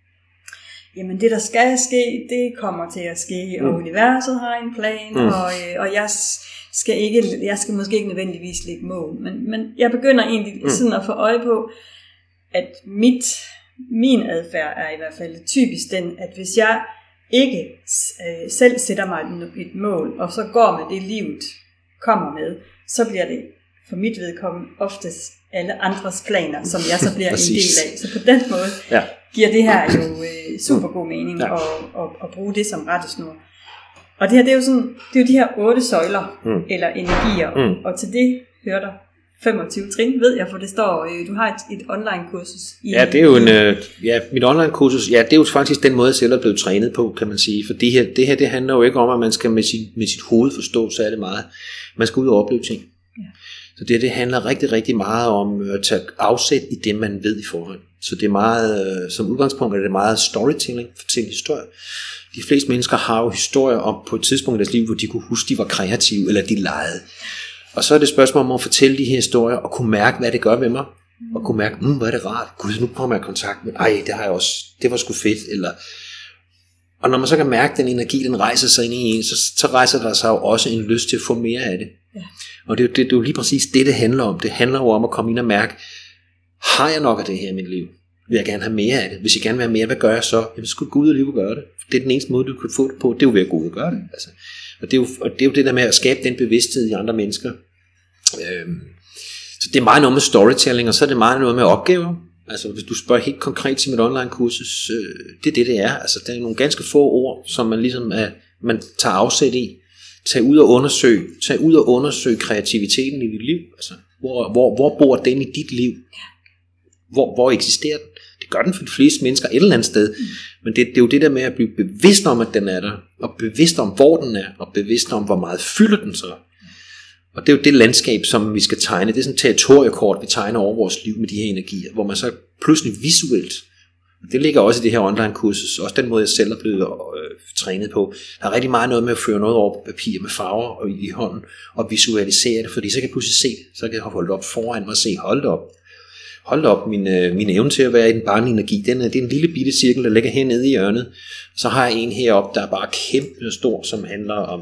jamen det der skal ske, det kommer til at ske, og mm. universet har en plan, mm. og, og jeg skal ikke, jeg skal måske ikke nødvendigvis lægge mål, men, men jeg begynder egentlig mm. sådan at få øje på, at mit, min adfærd er i hvert fald typisk den, at hvis jeg ikke øh, selv sætter mig et, et mål, og så går med det livet kommer med, så bliver det for mit vedkommende oftest alle andres planer, som jeg så bliver en del af. Så på den måde ja. giver det her jo øh, super god mening ja. at, at, at bruge det som rettesnor. Og det her, det er jo sådan, det er jo de her otte søjler mm. eller energier, mm. og til det hører der femogtyve trin, ved jeg, for det står, øh, du har et, et online kursus. I, ja, det er jo en, øh, ja, mit online kursus, ja, det er jo faktisk den måde, jeg selv er blevet trænet på, kan man sige, for det her, det her, det handler jo ikke om, at man skal med sit, med sit hoved forstå særlig meget. Man skal ud og opleve ting. Ja. Så det, det handler rigtig, rigtig meget om at tage afsæt i det, man ved i forhånd. Så det er meget, øh, som udgangspunkt er det meget storytelling, fortælle historier. De fleste mennesker har jo historier om på et tidspunkt i deres liv, hvor de kunne huske, de var kreative, eller de legede. Og så er det et spørgsmål om at fortælle de her historier, og kunne mærke, hvad det gør ved mig. Og kunne mærke, mm, hvor er det rart. Gud, nu kommer jeg i kontakt med, ej, det har jeg også, det var sgu fedt. Eller... Og når man så kan mærke, at den energi, den rejser sig ind i en, så, så rejser der sig jo også en lyst til at få mere af det. Ja. Og det er, jo, det, det er jo lige præcis det, det handler om. Det handler jo om at komme ind og mærke, har jeg nok af det her i mit liv? Vil jeg gerne have mere af det? Hvis jeg gerne vil have mere, hvad gør jeg så? Jamen, så skal du gå ud og lige gøre det. Det er den eneste måde, du kan få det på. Det er jo ved at gå ud og gøre det. Altså. Og, det er jo, og det er jo det der med at skabe den bevidsthed i andre mennesker. Øhm, så det er meget noget med storytelling, og så er det meget noget med opgaver. Altså hvis du spørger helt konkret til mit online kursus, øh, det er det det er. Altså der er nogle ganske få ord, som man ligesom er, man tager afsæt i. Tag ud og undersøg, tag ud og undersøg kreativiteten i dit liv. Altså hvor, hvor, hvor bor den i dit liv? Hvor, hvor eksisterer den? Det gør den for de fleste mennesker et eller andet sted. Mm. Men det, det er jo det der med at blive bevidst om, at den er der, og bevidst om, hvor den er, og bevidst om, hvor meget fylder den så. Og det er jo det landskab, som vi skal tegne. Det er sådan et territoriekort, vi tegner over vores liv med de her energier, hvor man så pludselig visuelt, det ligger også i det her online kursus, også den måde, jeg selv er blevet øh, trænet på. Der er rigtig meget noget med at føre noget over på papir med farver og i hånden, og visualisere det, fordi så kan jeg pludselig se det. Så kan jeg holde det op foran mig og se, hold det op. Hold da op, min, øh, min evne til at være i den barneenergi, den er, det er en lille bitte cirkel, der ligger hernede i hjørnet. Så har jeg en heroppe, der er bare kæmpe stor, som handler om,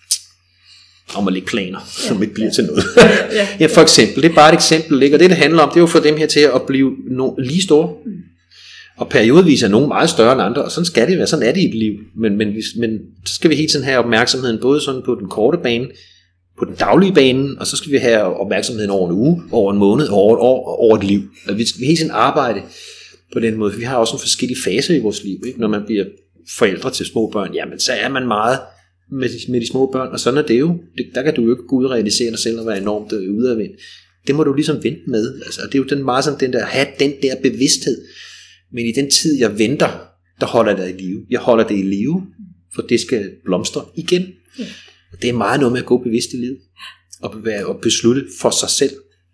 om at lægge planer, ja, som ikke bliver ja. til noget. Ja, ja, ja, for eksempel, det er bare et eksempel, ikke? Og det, det handler om, det er jo for dem her til at blive no, lige store. Mm. Og periodvis er nogen meget større end andre, og sådan skal det være, sådan er det i et liv. Men, men, men så skal vi hele tiden have opmærksomheden, både sådan på den korte bane, på den daglige bane, og så skal vi have opmærksomheden over en uge, over en måned, over et år, og over et liv. Og vi skal hele tiden arbejde på den måde, for vi har også en forskellige fase i vores liv, ikke? Når man bliver forældre til små børn, jamen så er man meget med de, med de små børn, og sådan er det jo. Det, der kan du jo ikke gå ud og realisere dig selv og være enormt udadvendt. Det må du ligesom vente med. Altså, det er jo den meget sådan den der, have den der bevidsthed. Men i den tid, jeg venter, der holder det i live. Jeg holder det i live, for det skal blomstre igen. Ja. Det er meget noget med at gå bevidst i livet og, og beslutte for sig selv.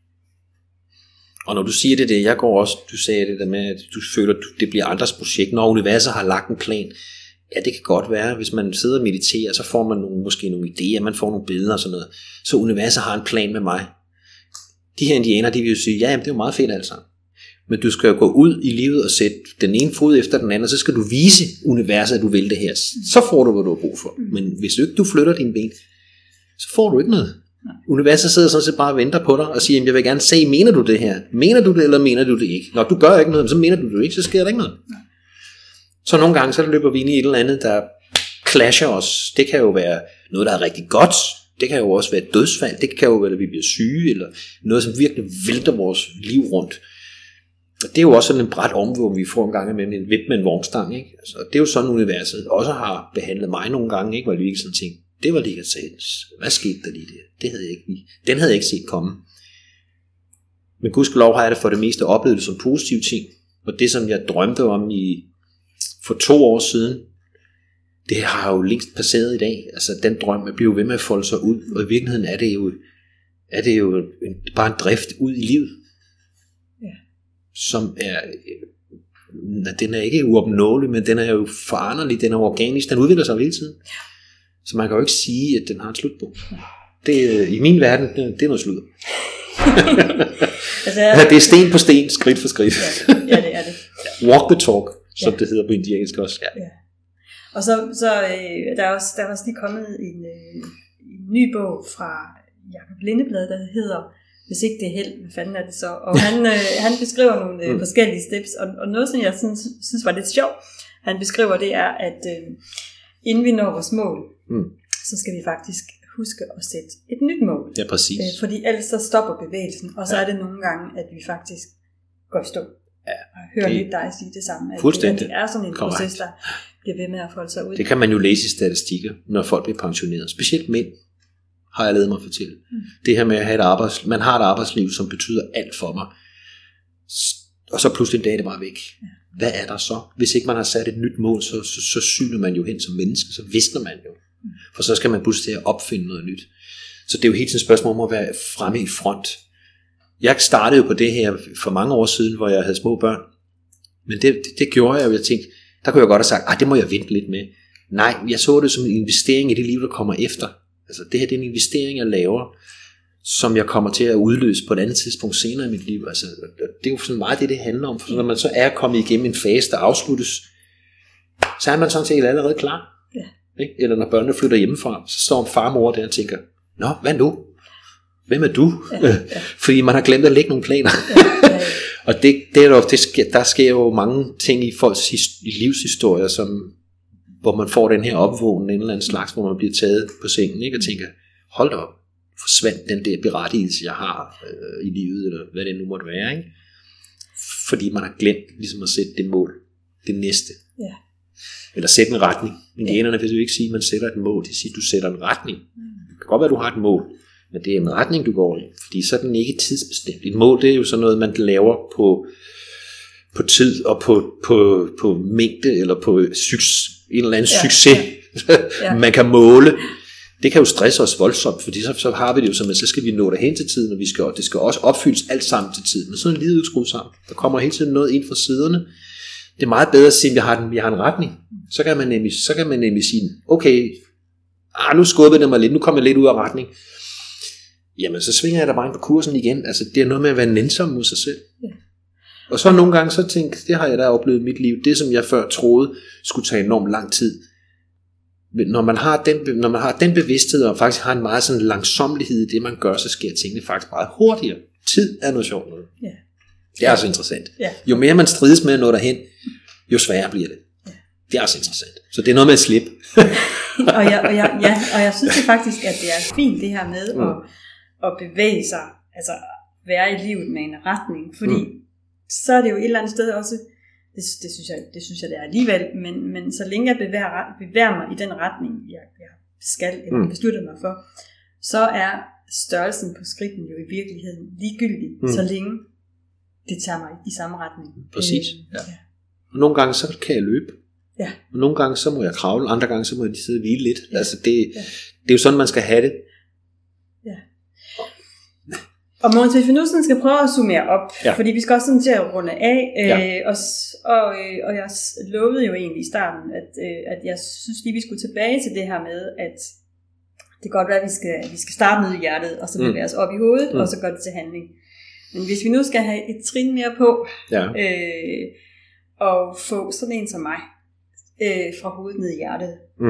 Og når du siger det, det jeg går også, du sagde det der med, at du føler, at det bliver andres projekt, når universet har lagt en plan. Ja, det kan godt være, hvis man sidder og mediterer, så får man nogle, måske nogle idéer, man får nogle billeder og sådan noget. Så universet har en plan med mig. De her indianer, de vil jo sige, ja, jamen, det er jo meget fedt altså. Men du skal jo gå ud i livet og sætte den ene fod efter den anden, og så skal du vise universet, at du vil det her. Så får du, hvad du har brug for. Men hvis du ikke du flytter dine ben, så får du ikke noget. Nej. Universet sidder sådan set bare og venter på dig og siger, jeg vil gerne se, mener du det her? Mener du det, eller mener du det ikke? Når du gør ikke noget, så mener du det ikke, så sker der ikke noget. Nej. Så nogle gange, så løber vi ind i et eller andet, der clasher os. Det kan jo være noget, der er rigtig godt. Det kan jo også være et dødsfald. Det kan jo være, at vi bliver syge, eller noget, som virkelig vælter vores liv rundt. Og det er jo også sådan en bræt omvåg, vi får en gang med en vip med en vognstang. Ikke? Altså, det er jo sådan, universet også har behandlet mig nogle gange, ikke? Hvor vi ikke sådan tænkte, det var lige at sige, hvad skete der lige der? Det havde jeg ikke, den havde jeg ikke set komme. Men gudskelov har jeg det for det meste oplevet det som positive ting. Og det, som jeg drømte om i for to år siden, det har jo længst passeret i dag. Altså den drøm bliver jo ved med at folde sig ud. Og i virkeligheden er det jo, er det jo en, bare en drift ud i livet. Ja. Som er, den er ikke uopnåelig, men den er jo foranderlig, den er organisk, den udvikler sig hele tiden. Ja. Så man kan jo ikke sige, at den har et slutpunkt. Det, i min verden, det er noget sludder. altså, jeg... Det er sten på sten, skridt for skridt. ja, ja, det er det. Walk the talk, som ja. Det hedder på indiansk også. Ja. Ja. Og så, så øh, der, er også, der er også lige kommet en, øh, en ny bog fra Jakob Lindeblad, der hedder Hvis ikke det er held, hvad fanden er det så? Og han, øh, han beskriver nogle øh, mm. forskellige steps, og, og noget, som jeg synes, synes var lidt sjovt, han beskriver, det er, at øh, inden vi når vores mål, mm. så skal vi faktisk huske at sætte et nyt mål. Ja, præcis. Øh, fordi ellers så stopper bevægelsen, og så ja. Er det nogle gange, at vi faktisk går i stå. Ja, og hører lidt dig sige det samme. At fuldstændig. Det, at det er sådan en Correct. Proces, der bliver ved med at folde sig ud. Det kan man jo læse i statistikker, når folk bliver pensioneret. Specielt mænd, har jeg ladet mig fortælle. Mm. Det her med at have et arbejds, man har et arbejdsliv, som betyder alt for mig. Og så pludselig en dag er det bare væk. Ja. Hvad er der så? Hvis ikke man har sat et nyt mål, så, så, så syner man jo hen som menneske, så visner man jo. Mm. For så skal man pludselig til at opfinde noget nyt. Så det er jo helt tiden et spørgsmål om at være fremme i front. Jeg startede jo på det her for mange år siden, hvor jeg havde små børn. Men det, det, det gjorde jeg jo. Jeg tænkte, der kunne jeg godt have sagt, det må jeg vente lidt med. Nej, jeg så det som en investering i det liv, der kommer efter. Altså det her, det er en investering, jeg laver, som jeg kommer til at udløse på et andet tidspunkt senere i mit liv. Altså, det er jo sådan meget det, det handler om. For når man så er kommet igennem en fase, der afsluttes, så er man sådan set allerede klar. Ja. Ikke? Eller når børnene flytter hjemmefra, så står far og mor der og tænker, nå, hvad nu? Hvem er du? Ja, ja. Fordi man har glemt at lægge nogle planer. Ja, ja, ja. Og det, det er jo, det sker, der sker jo mange ting i folks i livshistorier, som, hvor man får den her opvågning, en eller anden slags, hvor man bliver taget på sengen, ikke? Og tænker, hold da op, forsvandt den der berettigelse, jeg har øh, i livet, eller hvad det nu måtte være, ikke? Fordi man har glemt ligesom at sætte det mål, det næste. Ja. Eller sætte en retning. Indianerne vil jo ikke sige, at man sætter et mål, det siger, at du sætter en retning. Det kan godt være, at du har et mål, men det er en retning, du går i, fordi så er den ikke tidsbestemt. Et mål, det er jo sådan noget, man laver på, på tid, og på, på, på mængde, eller på succes, en eller anden ja, succes, ja. Ja. Man kan måle. Det kan jo stresse os voldsomt, fordi så, så har vi det jo som, at så skal vi nå derhen til tiden, og vi skal, det skal også opfyldes alt sammen til tiden. Men sådan er livet udskruet sammen. Der kommer hele tiden noget ind fra siderne. Det er meget bedre at sige, at jeg har, den, jeg har en retning. Så kan man nemlig, så kan man nemlig sige, okay, ah, nu skubbede det mig lidt, nu kommer jeg lidt ud af retning. Jamen, så svinger jeg da bare ind på kursen igen. Altså, det er noget med at være nænsom mod sig selv. Ja. Og så nogle gange så tænkte, det har jeg da oplevet i mit liv, det som jeg før troede skulle tage enormt lang tid. Men når man har den, når man har den bevidsthed, og faktisk har en meget sådan langsommelighed i det, man gør, så sker tingene faktisk meget hurtigere. Tid er noget sjovt noget. Ja. Det er også interessant. Ja. Jo mere man strides med at nå derhen, jo sværere bliver det. Ja. Det er også interessant. Så det er noget med at slippe. og, jeg, og, jeg, ja, og jeg synes det faktisk, at det er fint det her med mm. at, at bevæge sig, altså være i livet med en retning, fordi mm. så er det jo et eller andet sted også, det, det, synes, jeg, det synes jeg det er alligevel, men, men så længe jeg bevæger, bevæger mig i den retning, jeg, jeg skal eller mm. beslutter mig for, så er størrelsen på skridten jo i virkeligheden ligegyldig, mm. så længe det tager mig i samme retning. Præcis, ja. Ja. Nogle gange så kan jeg løbe, ja. Og nogle gange så må jeg kravle, andre gange så må jeg lige sidde og hvile lidt. Ja. Altså det, ja. Det er jo sådan man skal have det. Ja. Og Mogens, hvis vi nu sådan skal prøve at summere op, ja. Fordi vi skal også sådan til at runde af, øh, ja. og, og, øh, og jeg lovede jo egentlig i starten, at, øh, at jeg synes lige, vi skulle tilbage til det her med, at det kan godt være, at vi skal, vi skal starte ned i hjertet, og så bevæge os op i hovedet, mm. og så gå det til handling. Men hvis vi nu skal have et trin mere på, ja. øh, og få sådan en som mig, øh, fra hovedet ned i hjertet, mm.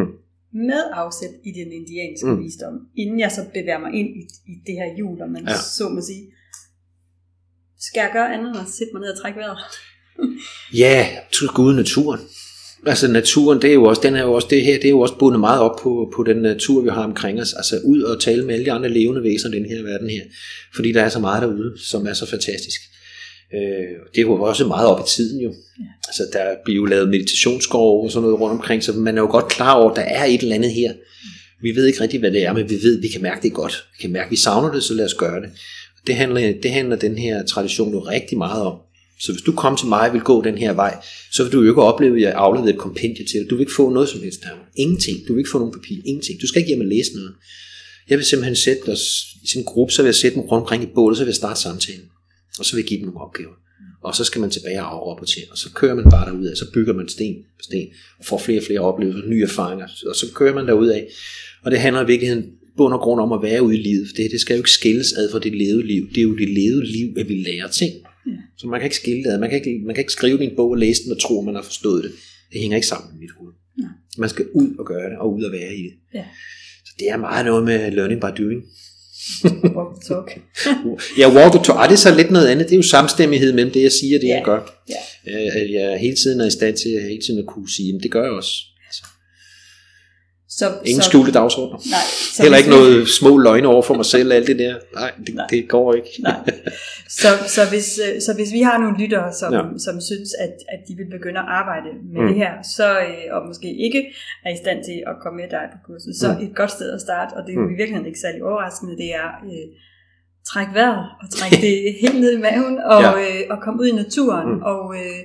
med afsæt i den indianske mm. visdom, inden jeg så bevæger mig ind i, i det her hjul, og man ja. så må sige, skal jeg gøre andet end at sætte mig ned og trække vejret? Ja, gå ud i naturen. Altså naturen, det er jo også, den er jo også det her, det er jo også bundet meget op på, på den natur, vi har omkring os. Altså ud og tale med alle de andre levende væsener i den her verden her. Fordi der er så meget derude, som er så fantastisk. Øh, det er jo også meget op i tiden jo. Ja. Altså der bliver jo lavet meditationsskove og sådan noget rundt omkring, så man er jo godt klar over, at der er et eller andet her. Vi ved ikke rigtig, hvad det er, men vi ved, vi kan mærke det godt. Vi kan mærke, at vi savner det, så lad os gøre det. Det handler, det handler den her tradition jo rigtig meget om. Så hvis du kommer til mig og vil gå den her vej, så vil du jo ikke opleve, at jeg afleverer et kompendie til dig. Du vil ikke få noget som helst der. Ingenting. Du vil ikke få nogen papir. Ingenting. Du skal ikke hjem og læse noget. Jeg vil simpelthen sætte os i sin gruppe, så vil jeg sætte dem rundt omkring i bålet, så vil jeg starte samtalen. Og så vil jeg give dem nogle opgaver. Og så skal man tilbage og afrapportere. Og så kører man bare derudad. Så bygger man sten på sten. Og får flere og flere oplevelser, nye erfaringer. Og så kører man derudad. Og det handler i virkeligheden bund og grund om at være ude i livet. For det, det skal jo ikke skilles ad fra det levede liv. Det er jo det levede liv, at vi lærer ting. Ja. Så man kan ikke skille det ad. Man kan ikke, man kan ikke skrive din bog og læse den og tro, at man har forstået det. Det hænger ikke sammen med mit hoved. Ja. Man skal ud og gøre det, og ud og være i det. Ja. Så det er meget noget med learning by doing. Walk the talk. Ja, walk the talk. Ah, det er så lidt noget andet. Det er jo samstemmighed mellem det, jeg siger og det, ja. jeg gør. Ja. At jeg hele tiden er i stand til hele tiden at kunne sige, men det gør jeg også. Altså. Så, Ingen så, skjulte dagsordner. Nej, Heller ikke noget små løgne over for mig selv, alt det der. Nej, det, Nej. det går ikke. Nej. Så, så, hvis, så hvis vi har nogle lyttere, som, ja. som synes, at, at de vil begynde at arbejde med mm. det her, så, og måske ikke er i stand til at komme med dig på kurset, så mm. et godt sted at starte, og det er mm. i virkeligheden ikke særlig overraskende, det er øh, træk vejret, og træk det helt ned i maven, og, ja. øh, og komme ud i naturen, mm. og øh,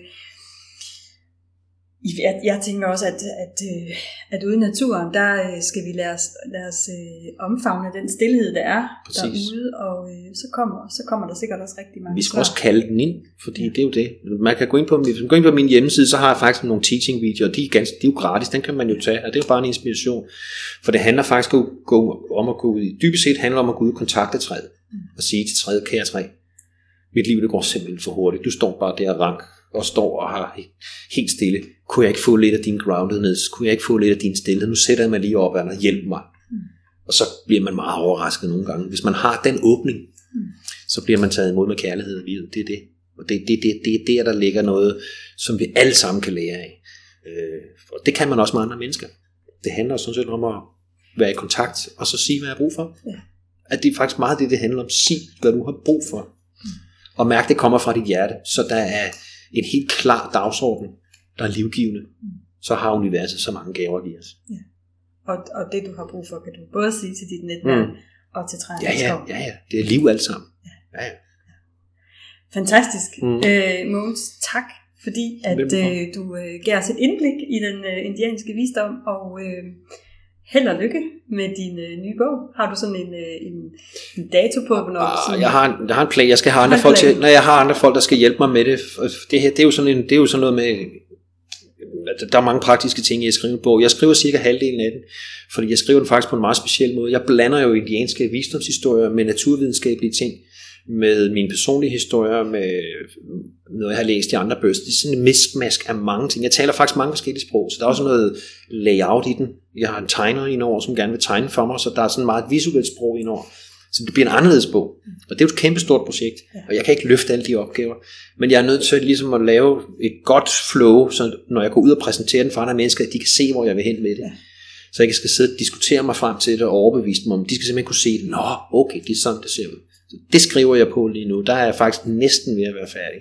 Jeg, jeg tænker også, at, at, at ude i naturen, der skal vi lade os, lade os øh, omfavne den stillhed, der er Præcis. derude, og øh, så, kommer, så kommer der sikkert også rigtig mange. Vi skal også kalde den ind, fordi ja. det er jo det. Man kan gå ind på, hvis man går ind på min hjemmeside, så har jeg faktisk nogle teaching-videoer, de er, ganske, de er jo gratis, den kan man jo tage, og det er jo bare en inspiration. For det handler faktisk om, gå, om at gå ud i, dybest set handler om at gå ud og kontakte træet, mm. og sige til træet, kære træ, mit liv det går simpelthen for hurtigt, du står bare der rank, og står og har helt stille. Kunne jeg ikke få lidt af din groundedness? Kunne jeg ikke få lidt af din stillhed? Nu sætter jeg mig lige op og hjælper mig. Mm. Og så bliver man meget overrasket nogle gange. Hvis man har den åbning, mm. så bliver man taget imod med kærlighed og livet. Det er det. Og det, det, det, det er der, der ligger noget, som vi alle sammen kan lære af. Øh, og det kan man også med andre mennesker. Det handler sådan set om at være i kontakt, og så sige, hvad jeg har brug for. Ja. At det er faktisk meget det, det handler om. Sig, hvad du har brug for. Mm. Og mærk, det kommer fra dit hjerte. Så der er en helt klar dagsorden, der er livgivende, mm. så har universet så mange gaver i os. Ja. Og, og det du har brug for, kan du både sige til dit netværk mm. og til træerne. Ja, ja, ja, ja, det er liv alt sammen. Ja. Ja, ja. Fantastisk. Mm. Øh, Mogens, tak fordi at øh, du øh, gav os et indblik i den øh, indianske visdom, og øh, held og lykke med din øh, nye bog. Har du sådan en, øh, en, en dato på, hvornår ah, sådan... jeg, har en, jeg har en plan. Jeg skal have andre folk til, når jeg har andre folk, der skal hjælpe mig med det. Det her, det er jo sådan en, det er jo sådan noget med, der er mange praktiske ting i at skrive en bog. Jeg skriver cirka halvdelen af den, fordi jeg skriver den faktisk på en meget speciel måde. Jeg blander jo indianske visdomshistorier med naturvidenskabelige ting, med mine personlige historier, med noget jeg har læst i andre bøger. Det er sådan en miskmask af mange ting. Jeg taler faktisk mange forskellige sprog, så der er også noget layout i den. Jeg har en tegner indover, som gerne vil tegne for mig, så der er sådan meget et visuelt sprog indover. Så det bliver en anderledes bog. Og det er jo et kæmpe stort projekt, og jeg kan ikke løfte alle de opgaver. Men jeg er nødt til ligesom at lave et godt flow, så når jeg går ud og præsenterer den for andre mennesker, at de kan se, hvor jeg vil hen med det. Så jeg skal sidde og diskutere mig frem til det og overbevise dem om, de skal simpelthen kunne se det. Nå, okay, det er sådan, det ser ud. Det skriver jeg på lige nu. Der er jeg faktisk næsten ved at være færdig.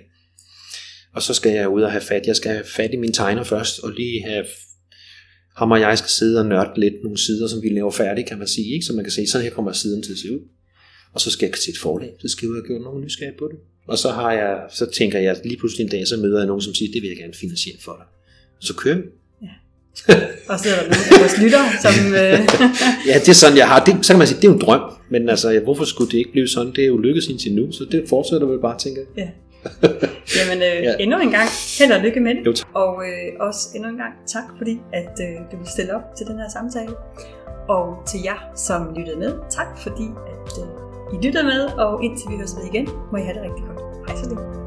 Og så skal jeg ud og have fat. Jeg skal have fat i mine tegner først, og lige have ham og jeg skal sidde og nørde lidt nogle sider, som vi laver færdige, kan man sige. Ikke? Så man kan se, sådan her kommer siden til at se ud. Og så skal jeg til et forlag. Så skal jeg have gjort nogle nysgerrige på det. Og så, har jeg, så tænker jeg lige pludselig en dag, så møder jeg nogen, som siger, det vil jeg gerne finansiere for dig. Og så kører vi. Og så er der nogle af vores lyttere, som... Øh... ja, det er sådan, jeg har. Det, så kan man sige, det er jo en drøm. Men altså, ja, hvorfor skulle det ikke blive sådan? Det er jo lykkedes indtil nu, så det fortsætter vel bare, tænker jeg. Ja. Jamen, øh, ja. endnu en gang, held og lykke med det. Jo, og øh, også endnu en gang tak, fordi at øh, du vil stille op til den her samtale. Og til jer, som lyttede med, tak fordi at øh, I lyttede med, og indtil vi høres ved igen, må I have det rigtig godt. Hej så længe.